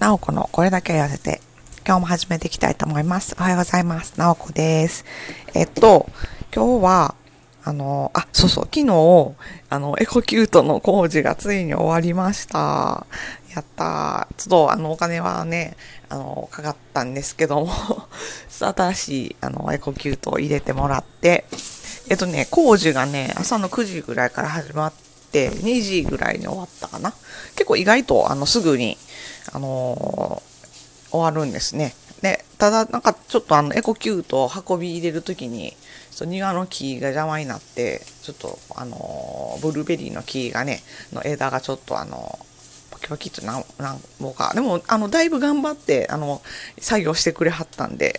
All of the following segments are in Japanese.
なおこのこれだけ言わせて、今日も始めていきたいと思います。おはようございます。なおこです。今日は、昨日、エコキュートの工事がついに終わりました。やったー。ちょっと、お金はね、かかったんですけども新しい、エコキュートを入れてもらって、工事がね、朝の9時ぐらいから始まって、2時ぐらいに終わったかな。結構意外と、すぐに、終わるんですね。で、ただ、なんかちょっとエコキュートを運び入れるときに、庭の木が邪魔になって、ちょっと、ブルーベリーの木がね、の枝がちょっとポキポキっとなんぼか。でも、だいぶ頑張って、作業してくれはったんで、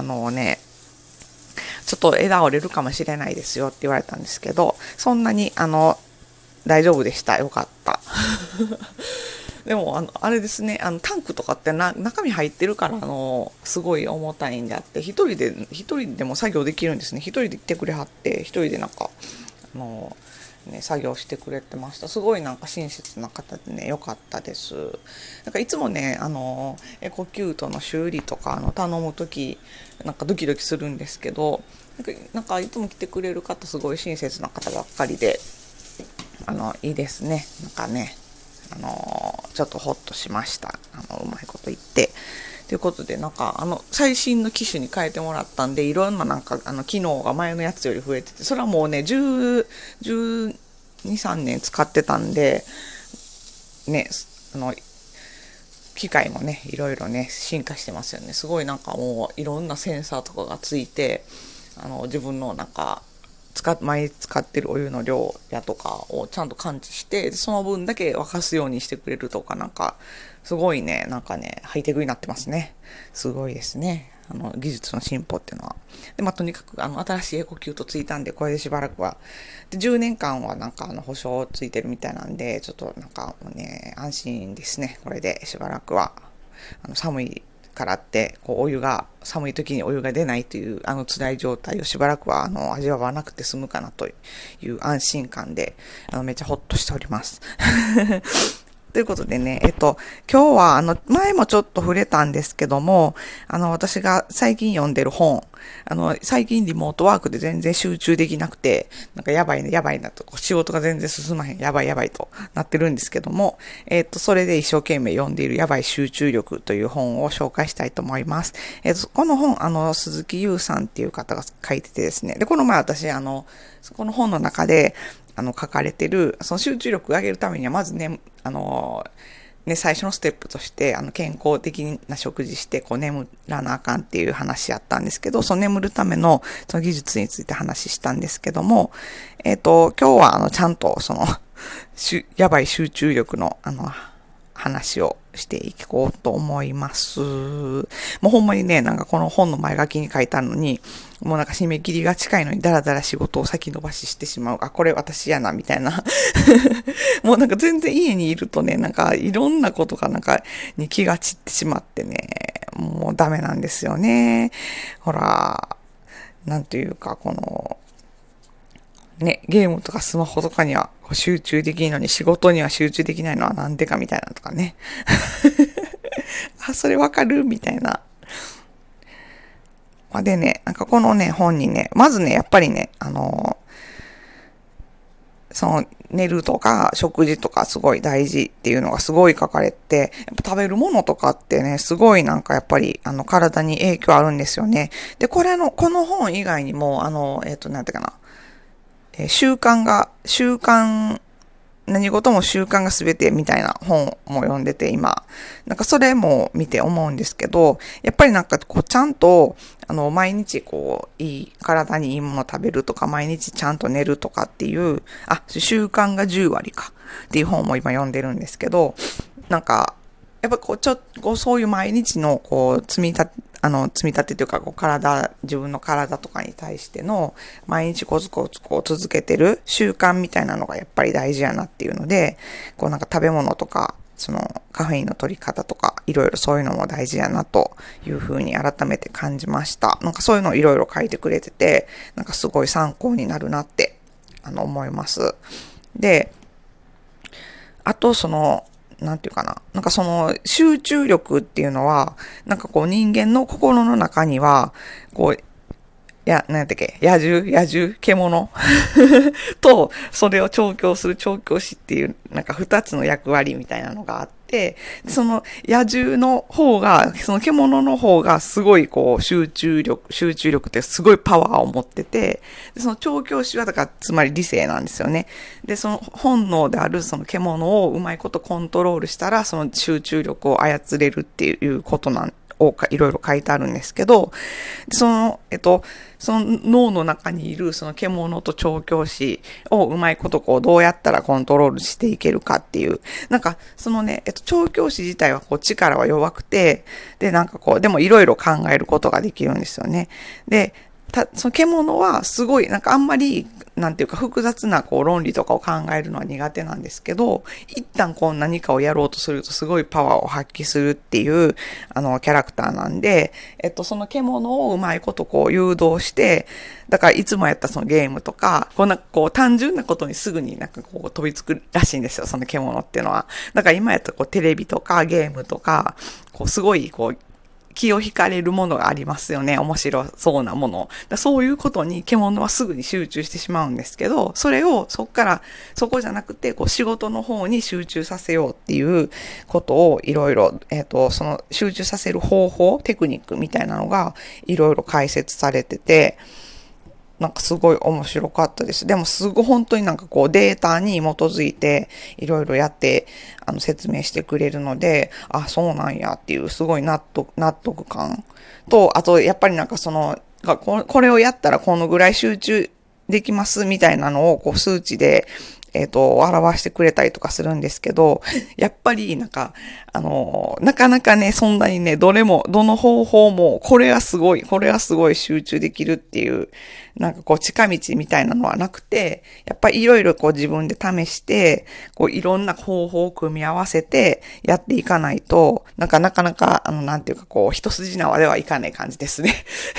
ちょっと枝折れるかもしれないですよって言われたんですけど、そんなに、大丈夫でした。よかった。でも、あれですね、タンクとかって中身入ってるから、すごい重たいんであって、一人でも作業できるんですね。一人で来てくれはって、一人でなんか、作業してくれてました。すごいなんか親切な方でね、良かったです。なんかいつもね、エコキュートの修理とか、頼むとき、なんかドキドキするんですけど、なんかいつも来てくれる方、すごい親切な方ばっかりで、いいですね。なんかね、ちょっとホッとしました。うまいこと言って。ということで、なんか、最新の機種に変えてもらったんで、いろんななんか、機能が前のやつより増えてて、それはもうね、12、3年使ってたんで、ね、機械もね、いろいろね、進化してますよね。すごいなんかもう、いろんなセンサーとかがついて、自分のなんか、毎日使ってるお湯の量やとかをちゃんと感知して、その分だけ沸かすようにしてくれるとか、なんか、すごいね、なんかね、ハイテクになってますね。すごいですね。技術の進歩っていうのは。で、とにかく、新しいエコキュートついたんで、これでしばらくは。で、10年間はなんか、保証ついてるみたいなんで、ちょっとなんか、もうね、安心ですね。これでしばらくは。寒いからって、寒い時にお湯が出ないという、辛い状態をしばらくは、味わわなくて済むかなという安心感で、めっちゃほっとしております。ということでね、今日は、前もちょっと触れたんですけども、私が最近読んでる本、最近リモートワークで全然集中できなくて、なんかやばいなと、仕事が全然進まへん、やばいとなってるんですけども、それで一生懸命読んでいるやばい集中力という本を紹介したいと思います。この本、鈴木優さんっていう方が書いててですね、で、この前私、この本の中で、書かれてる、その集中力を上げるためには、まずね、最初のステップとして、健康的な食事して、眠らなあかんっていう話やったんですけど、その眠るための、その技術について話したんですけども、今日は、ちゃんと、やばい集中力の、話をしていこうと思います。もうほんまにね、なんかこの本の前書きに書いてあるのに、もうなんか締め切りが近いのにダラダラ仕事を先延ばししてしまう。あ、これ私やな、みたいな。もうなんか全然家にいるとね、なんかいろんなことがなんかに気が散ってしまってね、もうダメなんですよね。ほら、なんというか、ね、ゲームとかスマホとかには集中できるのに仕事には集中できないのはなんでかみたいなとかね。あ、それわかるみたいな。でね、なんかこのね、本にね、まずね、やっぱりね、寝るとか食事とかすごい大事っていうのがすごい書かれて、やっぱ食べるものとかってね、すごいなんかやっぱり体に影響あるんですよね。で、この本以外にも、なんていうかな、何事も習慣が全てみたいな本も読んでて今、なんかそれも見て思うんですけど、やっぱりなんかちゃんと、毎日体にいいもの食べるとか、毎日ちゃんと寝るとかっていう、習慣が10割かっていう本も今読んでるんですけど、なんか、やっぱそういう毎日の積み立てというか、自分の体とかに対しての、毎日コツコツ続けてる習慣みたいなのがやっぱり大事やなっていうので、なんか食べ物とか、カフェインの取り方とか、いろいろそういうのも大事やなというふうに改めて感じました。なんかそういうのをいろいろ書いてくれてて、なんかすごい参考になるなって、思います。で、あとなんていうかな。なんかその集中力っていうのは、なんかこう人間の心の中には、こう、なんやったっけ、野獣、獣と、それを調教する調教師っていう、なんか二つの役割みたいなのがあって、その野獣の方が、その獣の方がすごいこう集中力ってすごいパワーを持ってて、でその調教師はだからつまり理性なんですよね。で、その本能であるその獣をうまいことコントロールしたら、その集中力を操れるっていうこといろいろ書いてあるんですけど、その脳の中にいるその獣と調教師をうまいことこうどうやったらコントロールしていけるかっていう、なんかそのね、調教師自体はこう力は弱くて、で、なんかこう、でもいろいろ考えることができるんですよね。で、その獣はすごい、なんかあんまり、なんていうか複雑なこう論理とかを考えるのは苦手なんですけど、一旦こう何かをやろうとするとすごいパワーを発揮するっていう、キャラクターなんで、その獣をうまいことこう誘導して、だからいつもやったそのゲームとか、こうなんかこう単純なことにすぐになんかこう飛びつくらしいんですよ、その獣っていうのは。だから今やったこうテレビとかゲームとか、こうすごいこう、気を惹かれるものがありますよね。面白そうなもの。そういうことに獣はすぐに集中してしまうんですけど、それをそこじゃなくて、こう仕事の方に集中させようっていうことをいろいろ、その集中させる方法、テクニックみたいなのがいろいろ解説されてて、なんかすごい面白かったです。でもすごい本当になんかこうデータに基づいていろいろやって説明してくれるので、あ、そうなんやっていうすごい納得感と、あとやっぱりなんかこれをやったらこのぐらい集中できますみたいなのをこう数値で表してくれたりとかするんですけど、やっぱりなんか、なかなかね、そんなにね、どの方法も、これはすごい集中できるっていう、なんかこう近道みたいなのはなくて、やっぱりいろいろこう自分で試して、こういろんな方法を組み合わせてやっていかないと、なかなか、なんていうかこう、一筋縄ではいかない感じですね。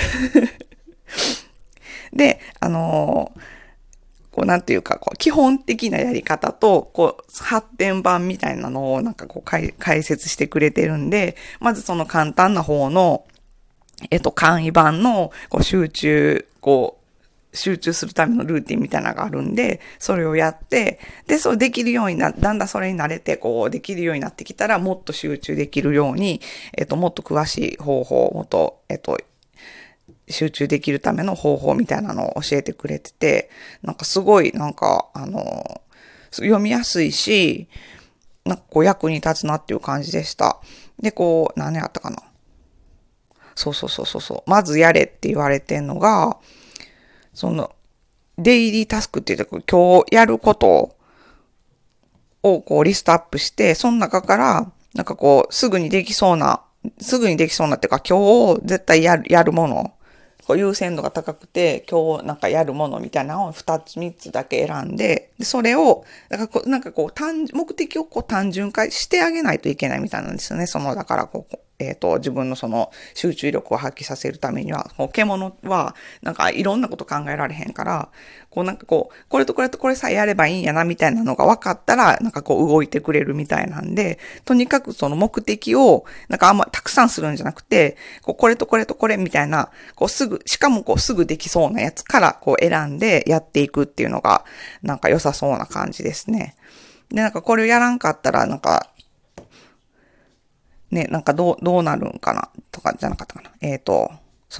で、こうなんていうか、こう基本的なやり方と、こう発展版みたいなのをなんかこう解説してくれてるんで、まずその簡単な方の、簡易版のこう集中するためのルーティンみたいなのがあるんで、それをやって、で、そうできるようにだんだんそれに慣れて、こう、できるようになってきたら、もっと集中できるように、もっと詳しい方法、もっと、集中できるための方法みたいなのを教えてくれてて、なんかすごい、なんか、読みやすいし、なんかこう役に立つなっていう感じでした。で、こう、何やったかな。そう。まずやれって言われてんのが、デイリータスクって言って、今日やることをこうリストアップして、その中から、なんかこう、すぐにできそうなっていうか、今日絶対やるもの、こう優先度が高くて、今日なんかやるものみたいなのを2つ3つだけ選んで、それを、なんかこう、目的をこう単純化してあげないといけないみたいなんですよね。だからこう、自分のその集中力を発揮させるためには、こう獣はなんかいろんなこと考えられへんから、こうなんかこう、これとこれとこれさえやればいいんやなみたいなのが分かったら、なんかこう動いてくれるみたいなんで、とにかくその目的をなんかあんまたくさんするんじゃなくて、これとこれとこれみたいな、しかもこうすぐできそうなやつからこう選んでやっていくっていうのがなんか良さそうな感じですね。で、なんかこれをやらんかったらなんか、ね、なんかどうなるんかなとかじゃなかったかな。そう。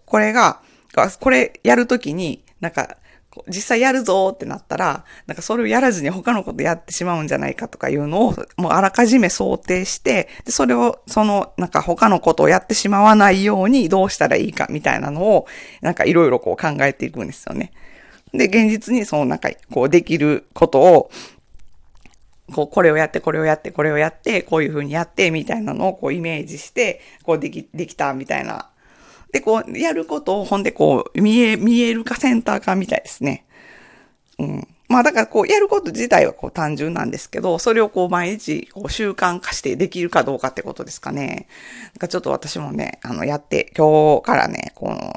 これやるときに、なんか、実際やるぞってなったら、なんかそれをやらずに他のことやってしまうんじゃないかとかいうのを、もうあらかじめ想定して、で、それを、なんか他のことをやってしまわないようにどうしたらいいかみたいなのを、なんかいろいろこう考えていくんですよね。で、現実になんかこうできることを、これをやって、こういう風にやって、みたいなのをこうイメージして、こうできた、みたいな。で、こう、やることを、ほんでこう、見える化センター化みたいですね。うん。まあだからこう、やること自体はこう単純なんですけど、それをこう毎日こう習慣化してできるかどうかってことですかね。なんかちょっと私もね、やって、今日からね、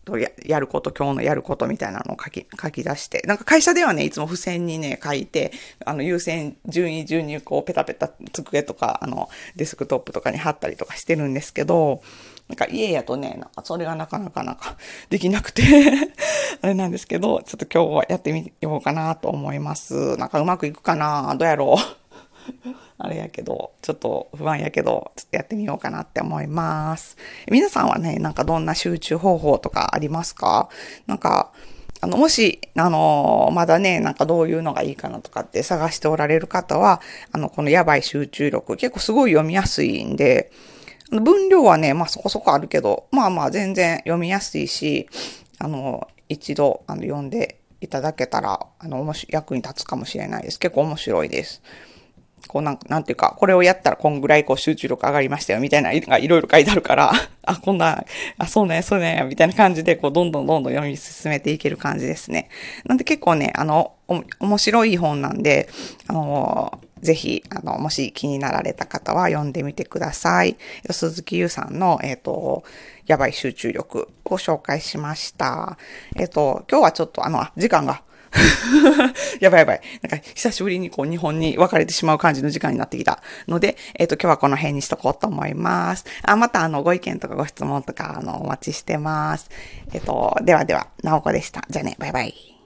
やること、今日のやることみたいなのを書き出して、なんか会社ではね、いつも付箋にね、書いて、優先順位順にこう、ペタペタ机とか、デスクトップとかに貼ったりとかしてるんですけど、なんか家やとね、なんかそれがなかなかできなくてあれなんですけど、ちょっと今日はやってみようかなと思います。なんかうまくいくかな、どうやろうあれやけど、ちょっと不安やけど、ちょっとやってみようかなって思います。皆さんはね、なんかどんな集中方法とかありますか？なんか、もし、まだね、なんかどういうのがいいかなとかって探しておられる方は、このやばい集中力、結構すごい読みやすいんで、分量はね、まあそこそこあるけど、まあまあ全然読みやすいし、一度、読んでいただけたら、役に立つかもしれないです。結構面白いです。こうなんていうか、これをやったらこんぐらいこう集中力上がりましたよ、みたいなのがいろいろ書いてあるから、あ、こんな、あ、そうね、そうね、みたいな感じで、こう、どんどん読み進めていける感じですね。なんで結構ね、面白い本なんで、ぜひ、もし気になられた方は読んでみてください。鈴木優さんの、やばい集中力を紹介しました。今日はちょっと時間がやばいやばい。なんか、久しぶりにこう、日本に分かれてしまう感じの時間になってきたので、今日はこの辺にしとこうと思います。また、ご意見とかご質問とか、お待ちしてます。ではでは、なおこでした。じゃあね、バイバイ。